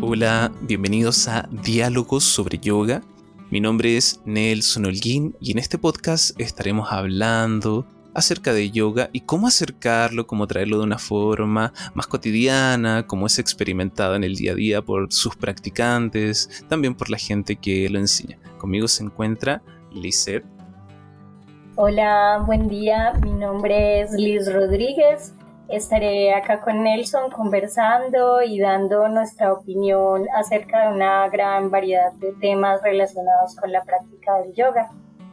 Hola, bienvenidos a Diálogos sobre Yoga. Mi nombre es Nelson Holguín y en este podcast estaremos hablando acerca de yoga y cómo acercarlo, cómo traerlo de una forma más cotidiana, cómo es experimentado en el día a día por sus practicantes, también por la gente que lo enseña. Conmigo se encuentra Lizeth. Hola, buen día. Mi nombre es Liz Rodríguez. Estaré acá con Nelson conversando y dando nuestra opinión acerca de una gran variedad de temas relacionados con la práctica del yoga.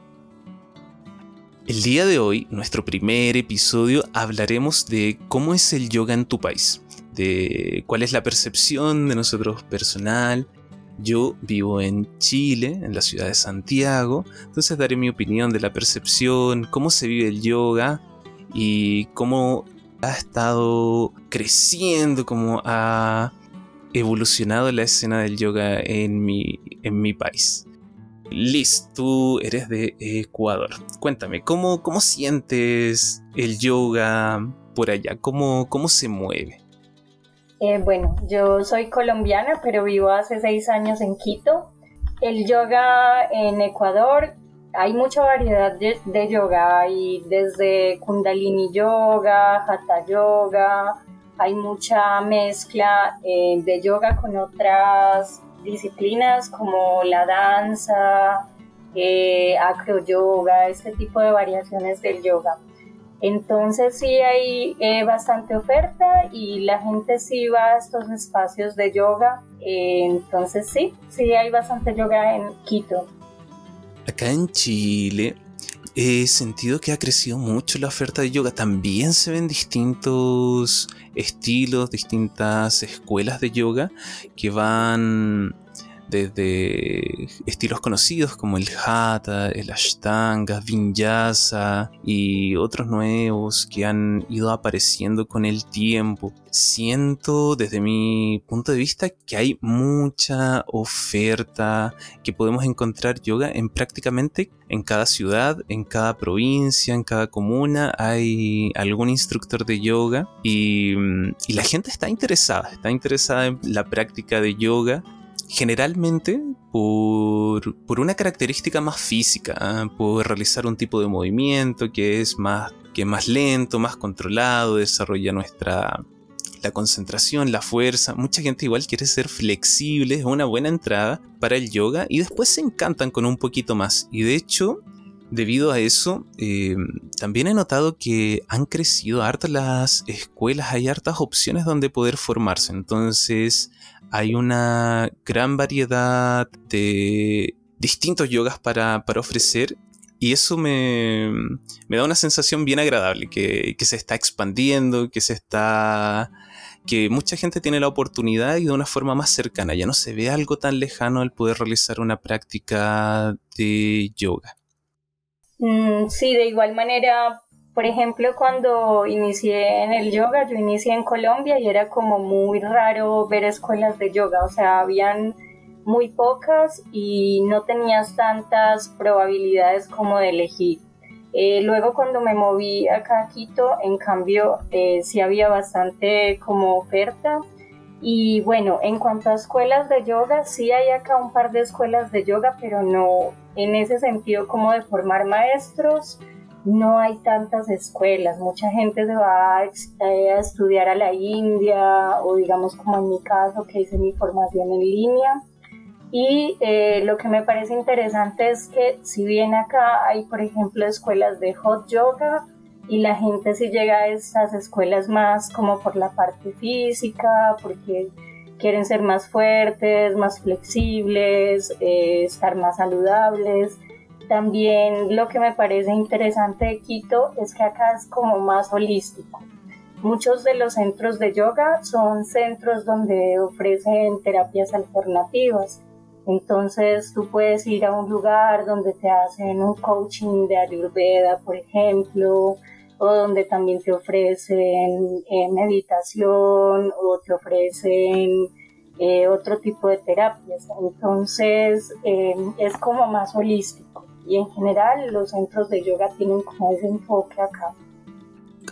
El día de hoy, nuestro primer episodio, hablaremos de cómo es el yoga en tu país, de cuál es la percepción de nosotros personal. Yo vivo en Chile, en la ciudad de Santiago, entonces daré mi opinión de la percepción, cómo se vive el yoga y cómo ha estado creciendo, cómo ha evolucionado la escena del yoga en mi país. Liz, tú eres de Ecuador. Cuéntame, ¿cómo sientes el yoga por allá? ¿Cómo se mueve? Bueno, yo soy colombiana, pero vivo hace 6 años en Quito. El yoga en Ecuador, hay mucha variedad de yoga, hay desde Kundalini Yoga, Hatha Yoga, hay mucha mezcla de yoga con otras disciplinas como la danza, acro yoga, este tipo de variaciones del yoga. Entonces sí hay bastante oferta y la gente sí va a estos espacios de yoga. Entonces sí hay bastante yoga en Quito. Acá en Chile he sentido que ha crecido mucho la oferta de yoga. También se ven distintos estilos, distintas escuelas de yoga que van desde estilos conocidos como el Hatha, el Ashtanga, Vinyasa y otros nuevos que han ido apareciendo con el tiempo. Siento desde mi punto de vista que hay mucha oferta, que podemos encontrar yoga en prácticamente en cada ciudad, en cada provincia, en cada comuna hay algún instructor de yoga y la gente está interesada en la práctica de yoga. Generalmente por una característica más física, por realizar un tipo de movimiento que es más lento, más controlado, desarrolla la concentración, la fuerza. Mucha gente igual quiere ser flexible, es una buena entrada para el yoga y después se encantan con un poquito más. Y de hecho, debido a eso, también he notado que han crecido hartas las escuelas, hay hartas opciones donde poder formarse. Entonces hay una gran variedad de distintos yogas para ofrecer y eso me da una sensación bien agradable, que se está expandiendo, que mucha gente tiene la oportunidad y de una forma más cercana. Ya no se ve algo tan lejano el poder realizar una práctica de yoga. Sí, de igual manera, por ejemplo, cuando inicié en el yoga, yo inicié en Colombia y era como muy raro ver escuelas de yoga, o sea, habían muy pocas y no tenías tantas probabilidades como de elegir. Luego cuando me moví acá a Quito, en cambio, sí había bastante como oferta. Y bueno, en cuanto a escuelas de yoga, sí hay acá un par de escuelas de yoga, pero no en ese sentido como de formar maestros, no hay tantas escuelas. Mucha gente se va a estudiar a la India o digamos como en mi caso que hice mi formación en línea. Y lo que me parece interesante es que si bien acá hay, por ejemplo, escuelas de hot yoga y la gente sí llega a estas escuelas más como por la parte física, porque quieren ser más fuertes, más flexibles, estar más saludables. También lo que me parece interesante de Quito es que acá es como más holístico. Muchos de los centros de yoga son centros donde ofrecen terapias alternativas. Entonces tú puedes ir a un lugar donde te hacen un coaching de Ayurveda, por ejemplo, o donde también te ofrecen meditación o te ofrecen otro tipo de terapias. Entonces es como más holístico y en general los centros de yoga tienen como ese enfoque acá.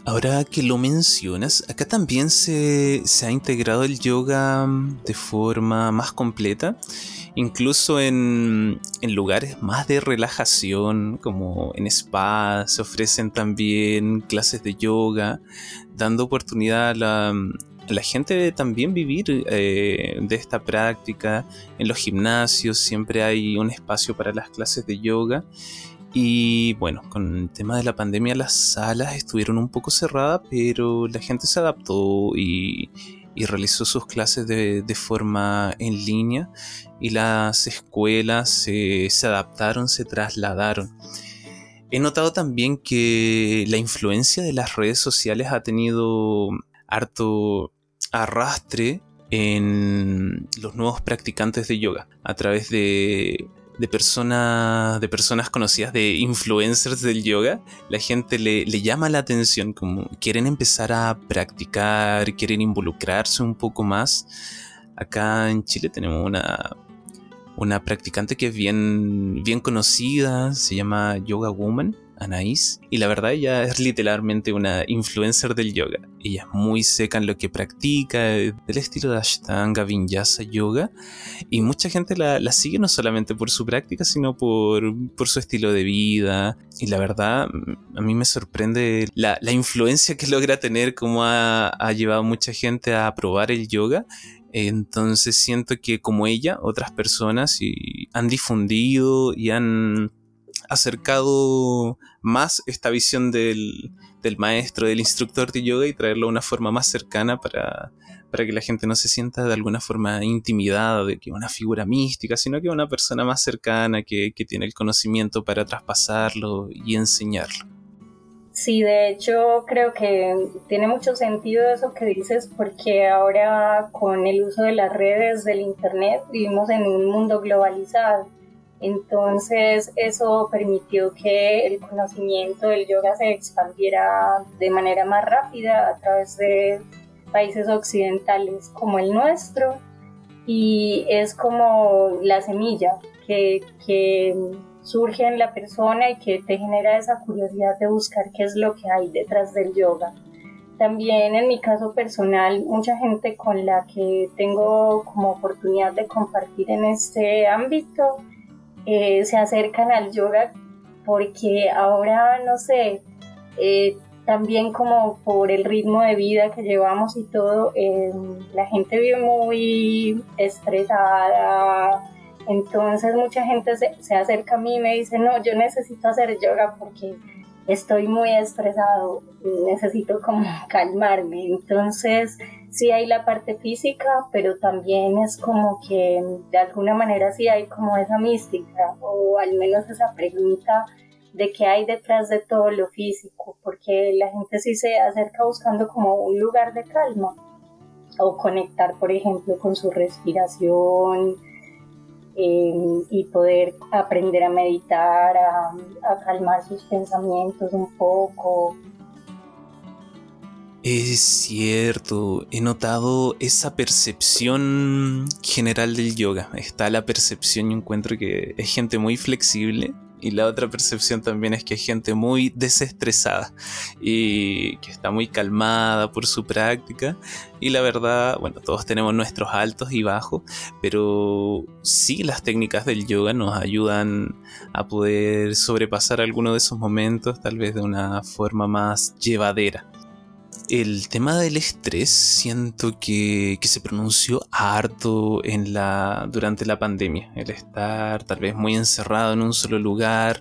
Ahora que lo mencionas, acá también se ha integrado el yoga de forma más completa, incluso en lugares más de relajación, como en spa, se ofrecen también clases de yoga, dando oportunidad a la gente de también vivir de esta práctica. En los gimnasios siempre hay un espacio para las clases de yoga. Y bueno, con el tema de la pandemia las salas estuvieron un poco cerradas, pero la gente se adaptó y realizó sus clases de forma en línea, y las escuelas se adaptaron, se trasladaron. He notado también que la influencia de las redes sociales ha tenido harto arrastre en los nuevos practicantes de yoga a través de personas conocidas, de influencers del yoga. La gente le llama la atención, como quieren empezar a practicar, quieren involucrarse un poco más. Acá en Chile tenemos una practicante que es bien conocida, se llama Yoga Woman, Anaís, y la verdad ella es literalmente una influencer del yoga. Ella es muy seca en lo que practica, del estilo de Ashtanga, Vinyasa, Yoga, y mucha gente la sigue no solamente por su práctica, sino por su estilo de vida. Y la verdad, a mí me sorprende la influencia que logra tener, cómo ha llevado mucha gente a probar el yoga. Entonces siento que como ella, otras personas han difundido y han acercado más esta visión del maestro, del instructor de yoga, y traerlo a una forma más cercana para que la gente no se sienta de alguna forma intimidada de que es una figura mística, sino que es una persona más cercana que tiene el conocimiento para traspasarlo y enseñarlo. Sí, de hecho creo que tiene mucho sentido eso que dices, porque ahora con el uso de las redes, del internet, vivimos en un mundo globalizado. Entonces eso permitió que el conocimiento del yoga se expandiera de manera más rápida a través de países occidentales como el nuestro, y es como la semilla que surge en la persona y que te genera esa curiosidad de buscar qué es lo que hay detrás del yoga. También en mi caso personal, mucha gente con la que tengo como oportunidad de compartir en este ámbito se acercan al yoga porque ahora, no sé, también como por el ritmo de vida que llevamos y todo, la gente vive muy estresada. Entonces mucha gente se acerca a mí y me dice, no, yo necesito hacer yoga porque estoy muy estresado, necesito como calmarme. Entonces sí hay la parte física, pero también es como que de alguna manera sí hay como esa mística, o al menos esa pregunta de qué hay detrás de todo lo físico, porque la gente sí se acerca buscando como un lugar de calma, o conectar, por ejemplo, con su respiración, y poder aprender a meditar, a calmar sus pensamientos un poco. Es cierto, he notado esa percepción general del yoga. Está la percepción, yo encuentro que es gente muy flexible, y la otra percepción también es que es gente muy desestresada y que está muy calmada por su práctica. Y la verdad, bueno, todos tenemos nuestros altos y bajos, pero sí, las técnicas del yoga nos ayudan a poder sobrepasar algunos de esos momentos, tal vez de una forma más llevadera. El tema del estrés siento que se pronunció harto durante la pandemia. El estar tal vez muy encerrado en un solo lugar,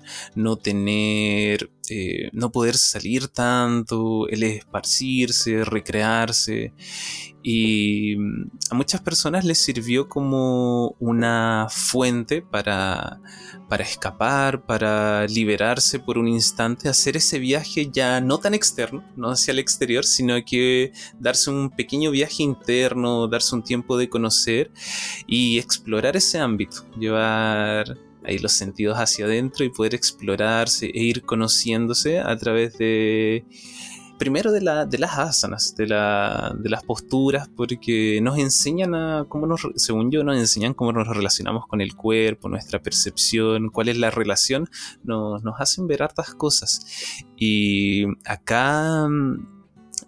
no poder salir tanto, el esparcirse, recrearse. Y a muchas personas les sirvió como una fuente para escapar, para liberarse por un instante, hacer ese viaje ya no tan externo, no hacia el exterior, sino que darse un pequeño viaje interno, darse un tiempo de conocer y explorar ese ámbito, llevar ahí los sentidos hacia adentro y poder explorarse e ir conociéndose a través primero de las asanas, de las posturas, porque nos enseñan según yo, nos enseñan cómo nos relacionamos con el cuerpo, nuestra percepción, cuál es la relación, nos hacen ver hartas cosas. Y acá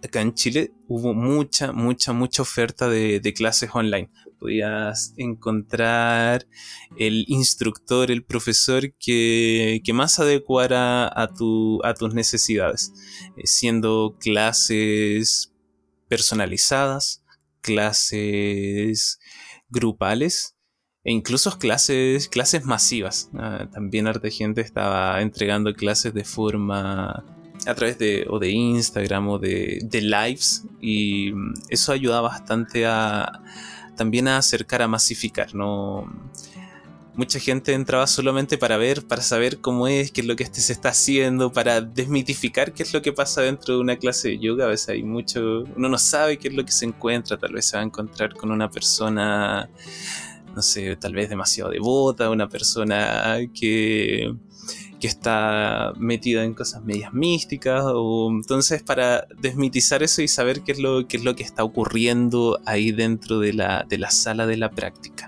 acá en Chile hubo mucha oferta de clases online. Podías encontrar el instructor, el profesor que más adecuara a tus necesidades, siendo clases personalizadas, clases grupales e incluso clases masivas. También harta gente estaba entregando clases de forma a través de Instagram o de lives, y eso ayuda bastante también a acercar, a masificar, ¿no? Mucha gente entraba solamente para ver, para saber cómo es, qué es lo que se está haciendo, para desmitificar qué es lo que pasa dentro de una clase de yoga. A veces hay uno no sabe qué es lo que se encuentra, tal vez se va a encontrar con una persona, no sé, tal vez demasiado devota, una persona que está metida en cosas medias místicas, entonces para desmitizar eso y saber qué es lo que está ocurriendo ahí dentro de la sala de la práctica.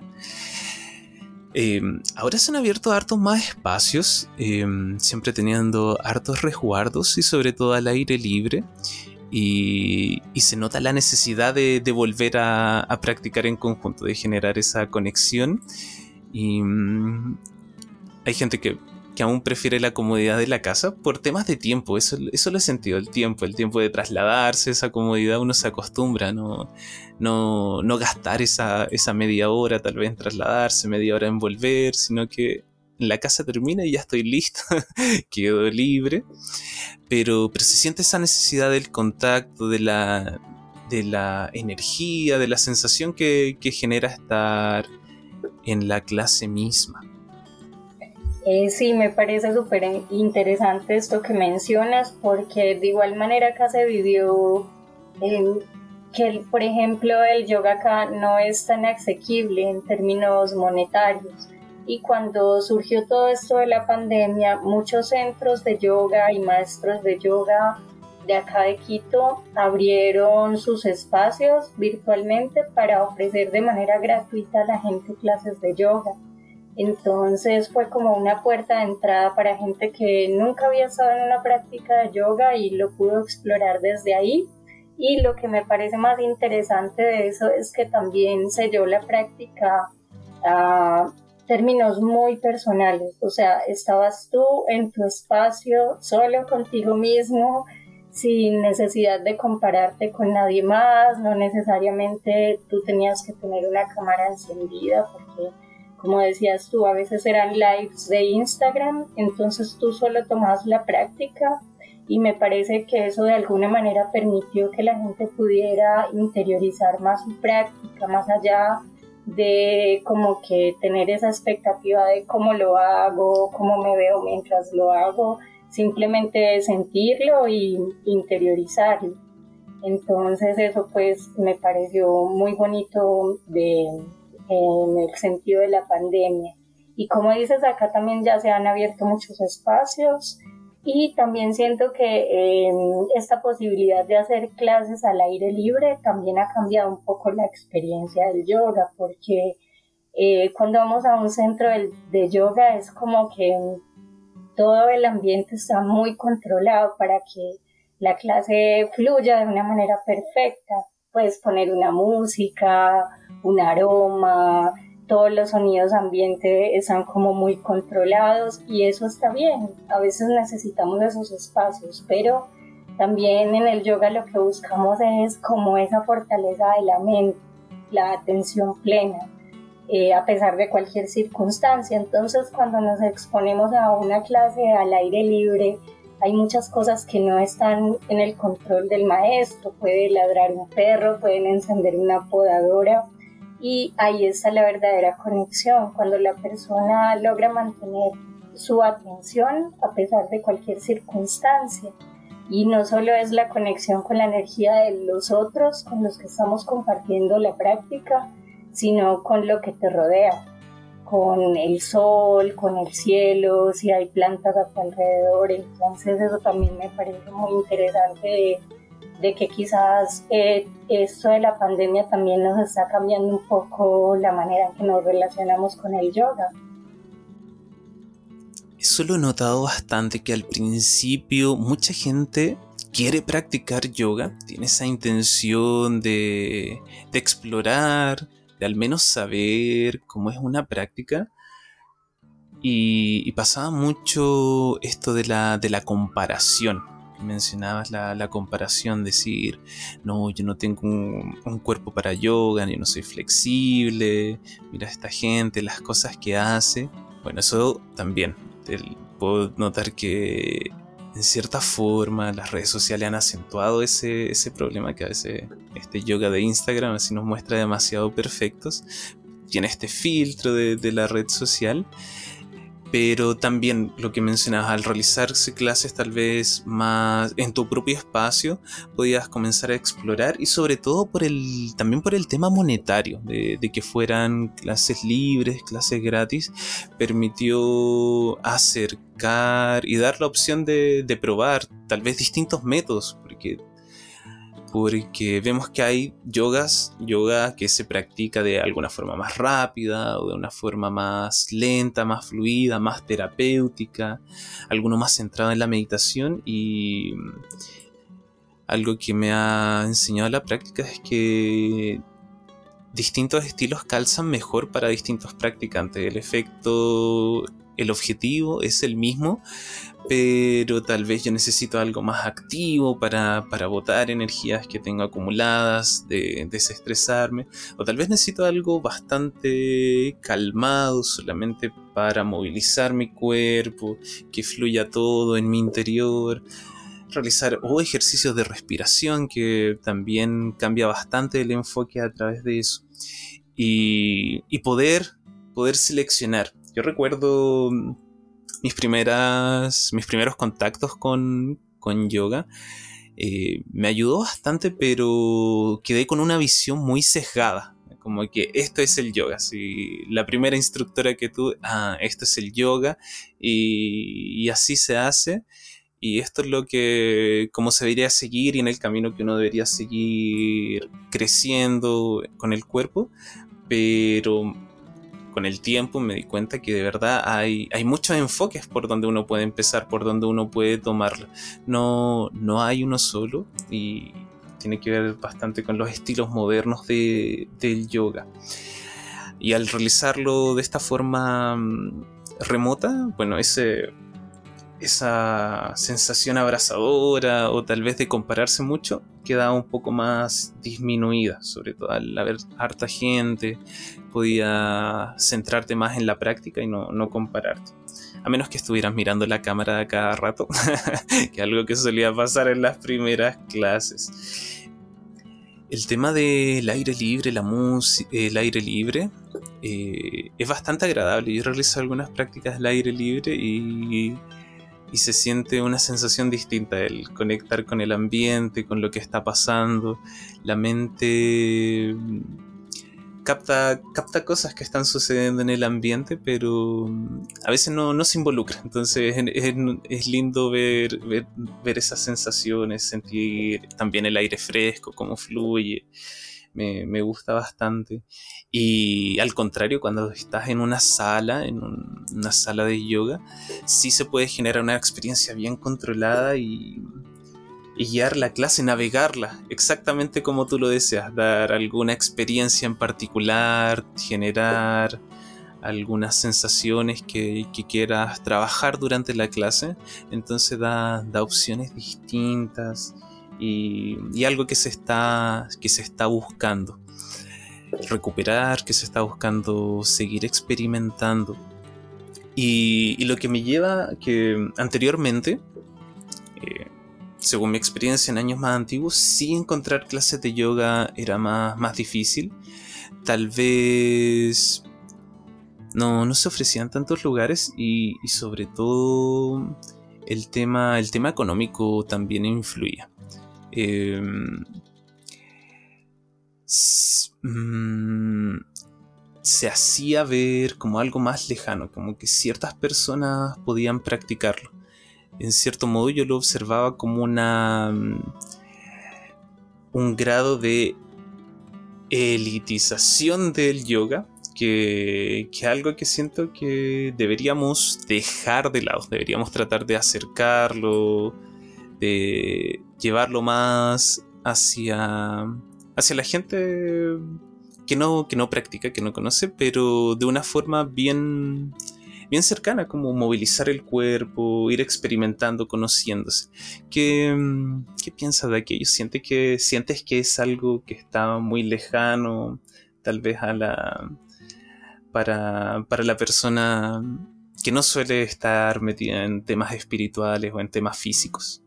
Ahora se han abierto hartos más espacios, siempre teniendo hartos resguardos y sobre todo al aire libre, y se nota la necesidad de volver a practicar en conjunto, de generar esa conexión. Y hay gente que aún prefiere la comodidad de la casa por temas de tiempo. Eso lo he sentido, el tiempo de trasladarse, esa comodidad. Uno se acostumbra, no gastar esa media hora tal vez en trasladarse, media hora en volver, sino que en la casa termina y ya estoy listo, quedo libre. Pero se siente esa necesidad del contacto, de la energía, de la sensación que genera estar en la clase misma. Sí, me parece súper interesante esto que mencionas, porque de igual manera acá se vivió que, por ejemplo, el yoga acá no es tan asequible en términos monetarios. Y cuando surgió todo esto de la pandemia, muchos centros de yoga y maestros de yoga de acá de Quito abrieron sus espacios virtualmente para ofrecer de manera gratuita a la gente clases de yoga. Entonces fue como una puerta de entrada para gente que nunca había estado en una práctica de yoga y lo pudo explorar desde ahí. Y lo que me parece más interesante de eso es que también se dio la práctica a términos muy personales. O sea, estabas tú en tu espacio, solo contigo mismo, sin necesidad de compararte con nadie más. No necesariamente tú tenías que tener una cámara encendida, porque como decías tú, a veces eran lives de Instagram, entonces tú solo tomabas la práctica, y me parece que eso de alguna manera permitió que la gente pudiera interiorizar más su práctica, más allá de como que tener esa expectativa de cómo lo hago, cómo me veo mientras lo hago, simplemente sentirlo y interiorizarlo. Entonces eso pues me pareció muy bonito en el sentido de la pandemia. Y como dices, acá también ya se han abierto muchos espacios, y también siento que esta posibilidad de hacer clases al aire libre también ha cambiado un poco la experiencia del yoga, porque cuando vamos a un centro de yoga es como que todo el ambiente está muy controlado para que la clase fluya de una manera perfecta. Puedes poner una música, un aroma, todos los sonidos ambiente están como muy controlados, y eso está bien. A veces necesitamos esos espacios, pero también en el yoga lo que buscamos es como esa fortaleza de la mente, la atención plena, a pesar de cualquier circunstancia. Entonces, cuando nos exponemos a una clase al aire libre, hay muchas cosas que no están en el control del maestro. Puede ladrar un perro, pueden encender una podadora, y ahí está la verdadera conexión, cuando la persona logra mantener su atención a pesar de cualquier circunstancia. Y no solo es la conexión con la energía de los otros con los que estamos compartiendo la práctica, sino con lo que te rodea, con el sol, con el cielo, si hay plantas a tu alrededor. Entonces eso también me parece muy interesante de que quizás esto de la pandemia también nos está cambiando un poco la manera en que nos relacionamos con el yoga. Eso lo he notado bastante, que al principio mucha gente quiere practicar yoga, tiene esa intención de explorar, de al menos saber cómo es una práctica. Y pasaba mucho esto de la comparación. Mencionabas la comparación, decir, no, yo no tengo un cuerpo para yoga, yo no soy flexible, mira a esta gente, las cosas que hace. Bueno, eso también. Puedo notar que en cierta forma las redes sociales han acentuado ese problema que a veces este yoga de Instagram así nos muestra demasiado perfectos. Tiene este filtro de la red social. Pero también lo que mencionabas, al realizarse clases tal vez más en tu propio espacio, podías comenzar a explorar y sobre todo también por el tema monetario, de que fueran clases libres, clases gratis, permitió acercar y dar la opción de probar tal vez distintos métodos, porque vemos que hay yoga que se practica de alguna forma más rápida o de una forma más lenta, más fluida, más terapéutica, alguno más centrado en la meditación. Y algo que me ha enseñado la práctica es que distintos estilos calzan mejor para distintos practicantes. El objetivo es el mismo, pero tal vez yo necesito algo más activo para botar energías que tengo acumuladas, de desestresarme, o tal vez necesito algo bastante calmado, solamente para movilizar mi cuerpo, que fluya todo en mi interior, realizar ejercicios de respiración, que también cambia bastante el enfoque a través de eso, y poder seleccionar. Yo recuerdo mis primeros contactos con yoga. Me ayudó bastante, pero quedé con una visión muy sesgada. Como que esto es el yoga. Si la primera instructora que tuve, esto es el yoga, y así se hace. Y esto es cómo se debería seguir y en el camino que uno debería seguir creciendo con el cuerpo. Pero con el tiempo me di cuenta que de verdad hay muchos enfoques por donde uno puede empezar, por donde uno puede tomarlo. No hay uno solo, y tiene que ver bastante con los estilos modernos del yoga. Y al realizarlo de esta forma remota, bueno, esa sensación abrazadora o tal vez de compararse mucho queda un poco más disminuida, sobre todo al haber harta gente, podía centrarte más en la práctica y no compararte, a menos que estuvieras mirando la cámara a cada rato que algo que solía pasar en las primeras clases. El tema del aire libre, la música, el aire libre, es bastante agradable. Yo realizo algunas prácticas del aire libre y se siente una sensación distinta, el conectar con el ambiente, con lo que está pasando. La mente capta cosas que están sucediendo en el ambiente, pero a veces no se involucra. Entonces es lindo ver esas sensaciones, sentir también el aire fresco, cómo fluye. Me gusta bastante. Y al contrario, cuando estás en una sala, una sala de yoga, sí se puede generar una experiencia bien controlada y guiar la clase, navegarla exactamente como tú lo deseas, dar alguna experiencia en particular, generar algunas sensaciones que quieras trabajar durante la clase. Entonces da opciones distintas y algo que se está buscando recuperar, que se está buscando seguir experimentando. Y lo que me lleva que anteriormente, según mi experiencia en años más antiguos, sí encontrar clases de yoga era más difícil. Tal vez no se ofrecían tantos lugares y sobre todo el tema económico también influía. Se hacía ver como algo más lejano, como que ciertas personas podían practicarlo. En cierto modo yo lo observaba como un grado de elitización del yoga, que algo que siento que deberíamos dejar de lado. Deberíamos tratar de acercarlo, de llevarlo más hacia la gente que no practica, que no conoce, pero de una forma bien, bien cercana, como movilizar el cuerpo, ir experimentando, conociéndose. ¿Qué piensas de aquello? ¿Sientes que es algo que está muy lejano, tal vez para la persona que no suele estar metida en temas espirituales o en temas físicos?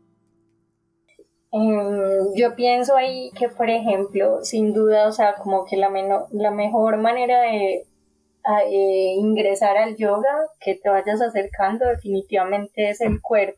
Yo pienso ahí que, por ejemplo, sin duda, o sea, como que la mejor manera de ingresar al yoga, que te vayas acercando, definitivamente es el cuerpo,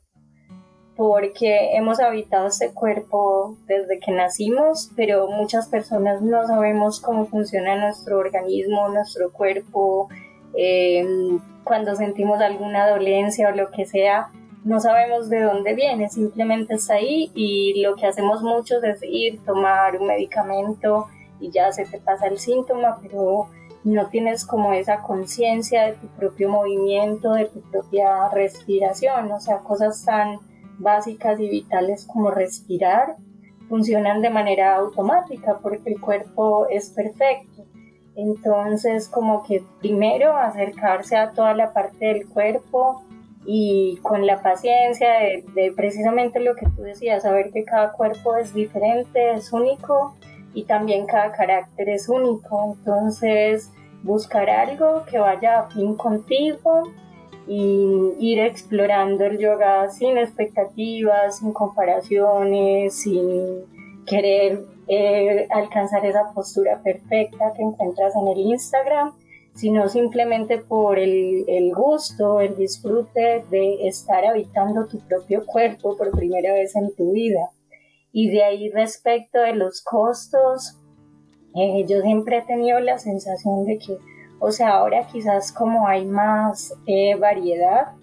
porque hemos habitado este cuerpo desde que nacimos, pero muchas personas no sabemos cómo funciona nuestro organismo, nuestro cuerpo, eh, cuando sentimos alguna dolencia o lo que sea, no sabemos de dónde viene, simplemente está ahí y lo que hacemos muchos es ir, tomar un medicamento y ya se te pasa el síntoma, pero no tienes como esa conciencia de tu propio movimiento, de tu propia respiración, o sea, cosas tan básicas y vitales como respirar funcionan de manera automática porque el cuerpo es perfecto. Entonces, como que primero acercarse a toda la parte del cuerpo y con la paciencia de precisamente lo que tú decías, saber que cada cuerpo es diferente, es único y también cada carácter es único. Entonces, buscar algo que vaya afín contigo y ir explorando el yoga sin expectativas, sin comparaciones, sin querer alcanzar esa postura perfecta que encuentras en el Instagram, sino simplemente por el gusto, el disfrute de estar habitando tu propio cuerpo por primera vez en tu vida. Y de ahí respecto de los costos, yo siempre he tenido la sensación de que, o sea, ahora quizás como hay más variedad,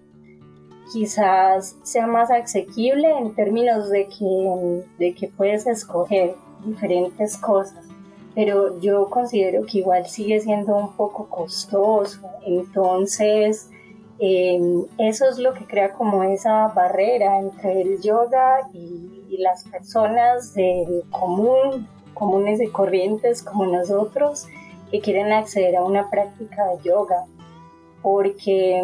quizás sea más asequible en términos de que puedes escoger diferentes cosas, pero yo considero que igual sigue siendo un poco costoso, entonces eso es lo que crea como esa barrera entre el yoga y las personas del comunes y corrientes como nosotros que quieren acceder a una práctica de yoga, porque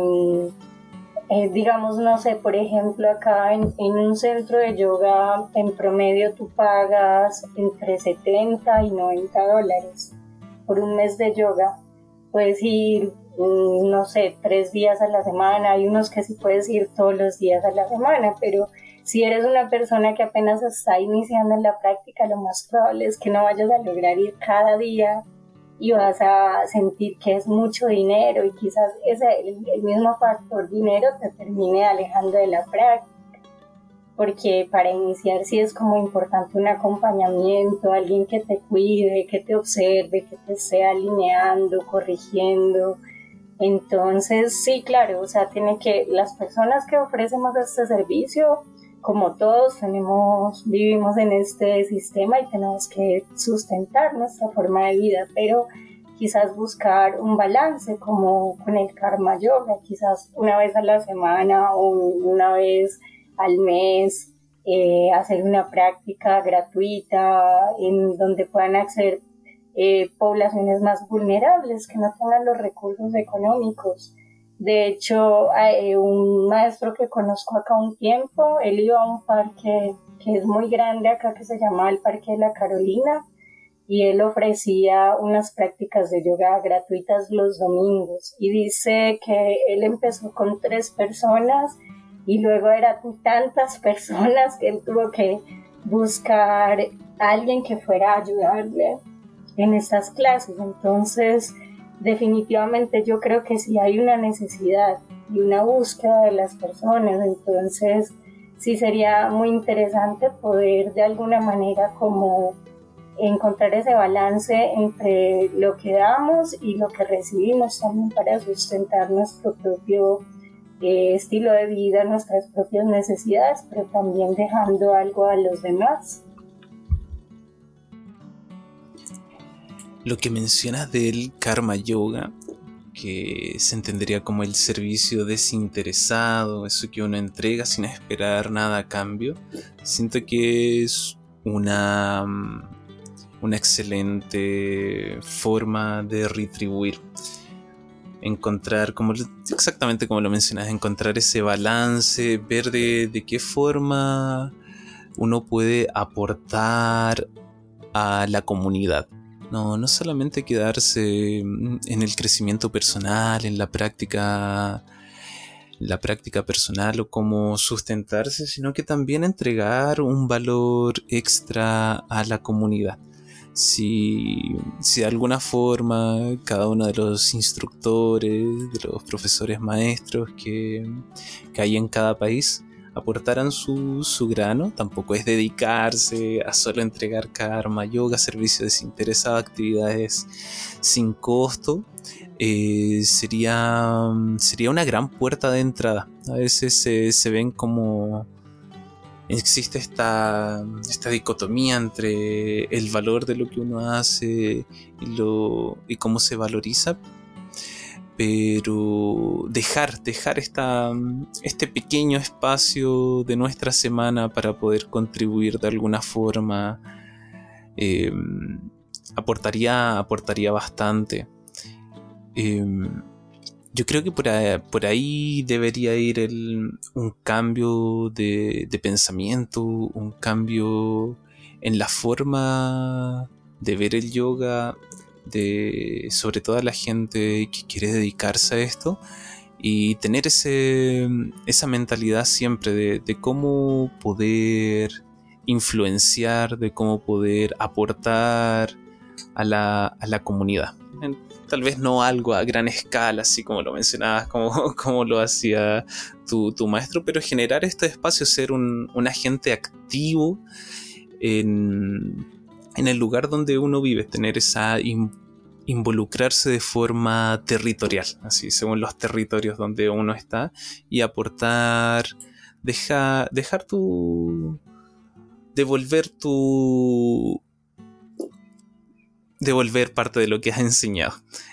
digamos, no sé, por ejemplo, acá en un centro de yoga en promedio tú pagas entre 70 y $90 por un mes de yoga. Puedes ir, no sé, 3 días a la semana, hay unos que sí puedes ir todos los días a la semana, pero si eres una persona que apenas está iniciando en la práctica, lo más probable es que no vayas a lograr ir cada día y vas a sentir que es mucho dinero y quizás el mismo factor dinero te termine alejando de la práctica, porque para iniciar sí es como importante un acompañamiento, alguien que te cuide, que te observe, que te esté alineando, corrigiendo. Entonces sí, claro, o sea, las personas que ofrecemos este servicio, como todos vivimos en este sistema y tenemos que sustentar nuestra forma de vida, pero quizás buscar un balance como con el Karma Yoga, quizás una vez a la semana o una vez al mes, hacer una práctica gratuita en donde puedan acceder poblaciones más vulnerables que no tengan los recursos económicos. De hecho, un maestro que conozco acá un tiempo, él iba a un parque que es muy grande acá, que se llama el Parque de la Carolina, y él ofrecía unas prácticas de yoga gratuitas los domingos. Y dice que él empezó con 3 personas y luego eran tantas personas que él tuvo que buscar a alguien que fuera a ayudarle en estas clases. Entonces, definitivamente yo creo que sí hay una necesidad y una búsqueda de las personas, entonces sí sería muy interesante poder de alguna manera como encontrar ese balance entre lo que damos y lo que recibimos también para sustentar nuestro propio estilo de vida, nuestras propias necesidades, pero también dejando algo a los demás. Lo que mencionas del Karma Yoga que se entendería como el servicio desinteresado, eso que uno entrega sin esperar nada a cambio. Siento que es una excelente forma de retribuir. Encontrar, exactamente como lo mencionas, encontrar ese balance, ver de qué forma uno puede aportar a la comunidad. No solamente quedarse en el crecimiento personal, en la práctica personal o cómo sustentarse, sino que también entregar un valor extra a la comunidad. Si de alguna forma cada uno de los instructores, de los profesores maestros que hay en cada país aportaran su grano, tampoco es dedicarse a solo entregar karma, yoga, servicio desinteresado, actividades sin costo. Sería una gran puerta de entrada. A veces se ven como existe esta dicotomía entre el valor de lo que uno hace y cómo se valoriza, pero dejar este pequeño espacio de nuestra semana para poder contribuir de alguna forma aportaría bastante. Yo creo que por ahí debería ir un cambio de pensamiento, un cambio en la forma de ver el yoga, sobre todo a la gente que quiere dedicarse a esto, y tener esa mentalidad siempre de cómo poder influenciar, de cómo poder aportar a la comunidad. Tal vez no algo a gran escala, así como lo mencionabas, como lo hacía tu maestro, pero generar este espacio, ser un agente activo en el lugar donde uno vive, tener involucrarse de forma territorial, así según los territorios donde uno está, y aportar, devolver parte de lo que has enseñado.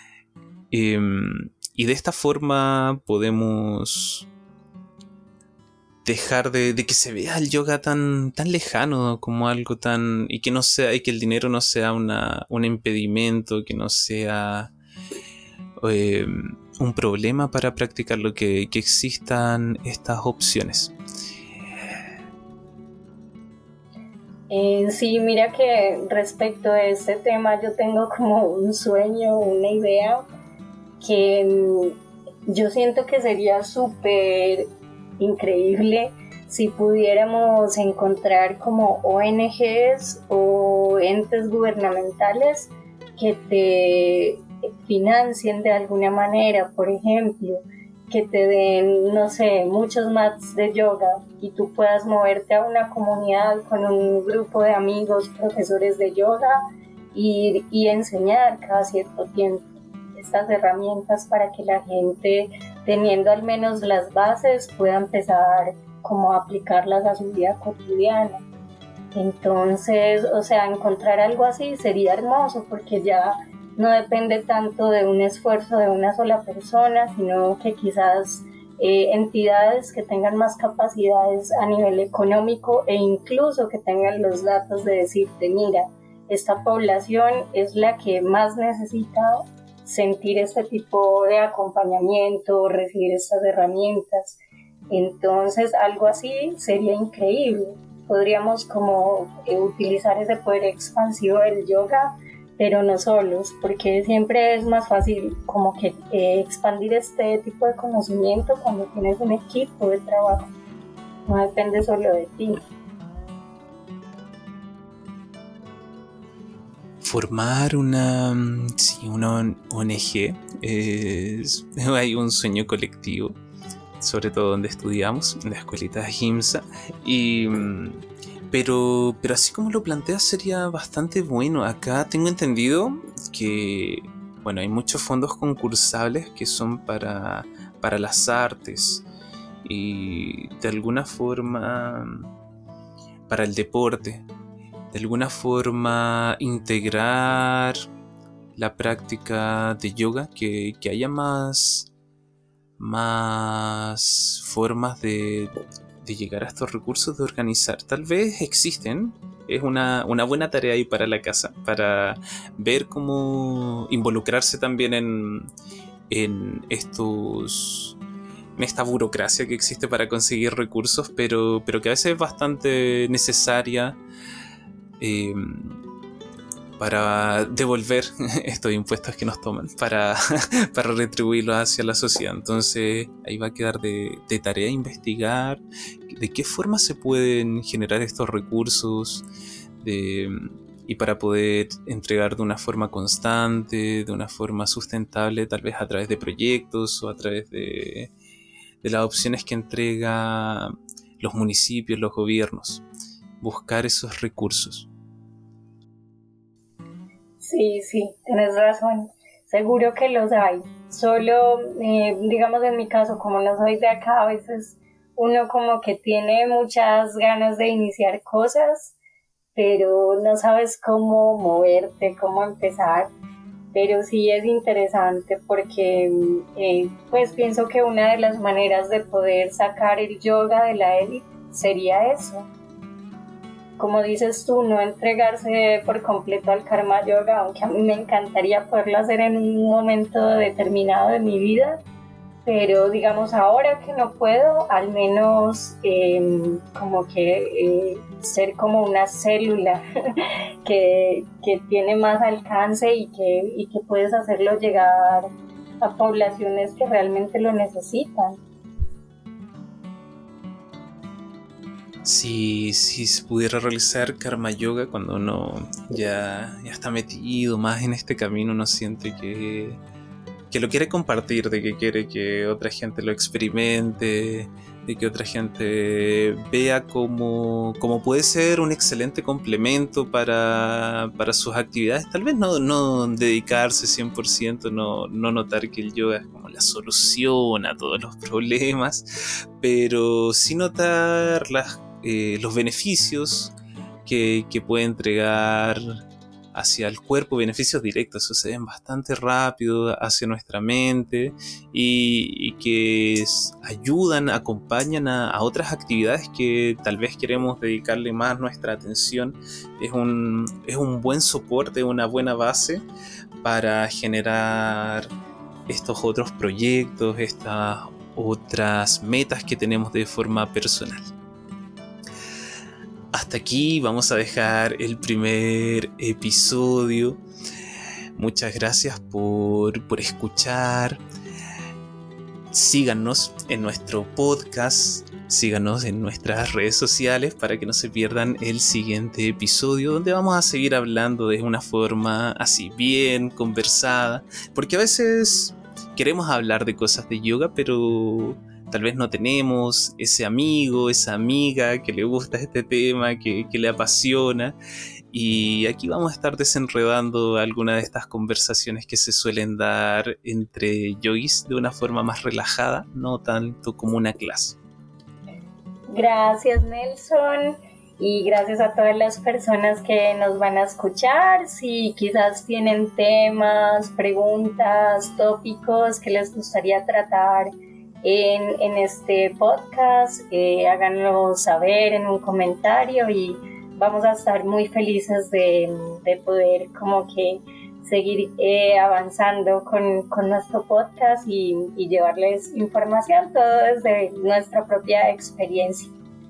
Y de esta forma podemos dejar de que se vea el yoga tan lejano como algo tan, y que el dinero no sea un impedimento, que no sea un problema para practicarlo, que existan estas opciones. Sí, mira que respecto a este tema yo tengo como un sueño, una idea que yo siento que sería súper increíble si pudiéramos encontrar como ONGs o entes gubernamentales que te financien de alguna manera, por ejemplo, que te den, no sé, muchos mats de yoga y tú puedas moverte a una comunidad con un grupo de amigos, profesores de yoga y enseñar cada cierto tiempo estas herramientas para que la gente, teniendo al menos las bases, pueda empezar como a aplicarlas a su vida cotidiana. Entonces, o sea, encontrar algo así sería hermoso porque ya no depende tanto de un esfuerzo de una sola persona, sino que quizás entidades que tengan más capacidades a nivel económico e incluso que tengan los datos de decirte, mira, esta población es la que más necesita sentir este tipo de acompañamiento, recibir estas herramientas. Entonces, algo así sería increíble. Podríamos como utilizar ese poder expansivo del yoga, pero no solos, porque siempre es más fácil como que expandir este tipo de conocimiento cuando tienes un equipo de trabajo. No depende solo de ti. Formar una ONG hay un sueño colectivo, sobre todo donde estudiamos, en la escuelita GIMSA, pero así como lo planteas sería bastante bueno. Acá tengo entendido que hay muchos fondos concursables que son para las artes y de alguna forma para el deporte. De alguna forma integrar la práctica de yoga, que haya más formas de llegar a estos recursos, de organizar. Tal vez existen, es una buena tarea ahí para la casa, para ver cómo involucrarse también en esta burocracia que existe para conseguir recursos, pero que a veces es bastante necesaria eh, para devolver estos impuestos que nos toman, para retribuirlos hacia la sociedad. Entonces ahí va a quedar de tarea investigar de qué forma se pueden generar estos recursos y para poder entregar de una forma constante, de una forma sustentable, tal vez a través de proyectos o a través de las opciones que entrega los municipios, los gobiernos. Buscar esos recursos. Sí, sí, tienes razón. Seguro que los hay. Solo, digamos en mi caso, como no soy de acá, a veces uno como que tiene muchas ganas de iniciar cosas, pero no sabes cómo moverte, cómo empezar. Pero sí es interesante porque pues pienso que una de las maneras de poder sacar el yoga de la élite sería eso. Como dices tú, no entregarse por completo al karma yoga, aunque a mí me encantaría poderlo hacer en un momento determinado de mi vida, pero digamos ahora que no puedo, al menos como que ser como una célula que tiene más alcance y que puedes hacerlo llegar a poblaciones que realmente lo necesitan. Si se pudiera realizar karma yoga cuando uno ya está metido más en este camino, uno siente que lo quiere compartir, de que quiere que otra gente lo experimente, de que otra gente vea cómo puede ser un excelente complemento para sus actividades. Tal vez no dedicarse 100%, no notar que el yoga es como la solución a todos los problemas, pero sí notar los beneficios que puede entregar hacia el cuerpo, beneficios directos, eso se ven bastante rápido hacia nuestra mente y que ayudan, acompañan a otras actividades que tal vez queremos dedicarle más nuestra atención. Es un buen soporte, una buena base para generar estos otros proyectos, estas otras metas que tenemos de forma personal. Hasta aquí vamos a dejar el primer episodio. Muchas gracias por escuchar. Síganos en nuestro podcast, síganos en nuestras redes sociales para que no se pierdan el siguiente episodio, donde vamos a seguir hablando de una forma así bien conversada, porque a veces queremos hablar de cosas de yoga, pero tal vez no tenemos ese amigo, esa amiga que le gusta este tema, que le apasiona. Y aquí vamos a estar desenredando algunas de estas conversaciones que se suelen dar entre yogis de una forma más relajada, no tanto como una clase. Gracias, Nelson. Y gracias a todas las personas que nos van a escuchar. Si quizás tienen temas, preguntas, tópicos que les gustaría tratar en este podcast, háganlo saber en un comentario y vamos a estar muy felices de poder como que seguir avanzando con nuestro podcast y llevarles información, todo desde nuestra propia experiencia.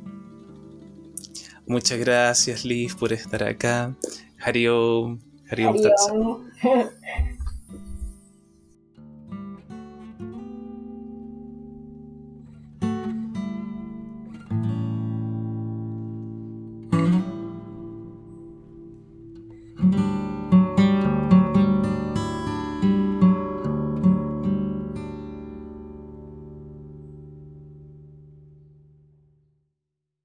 Muchas gracias, Liz, por estar acá. Hariom. Hariom.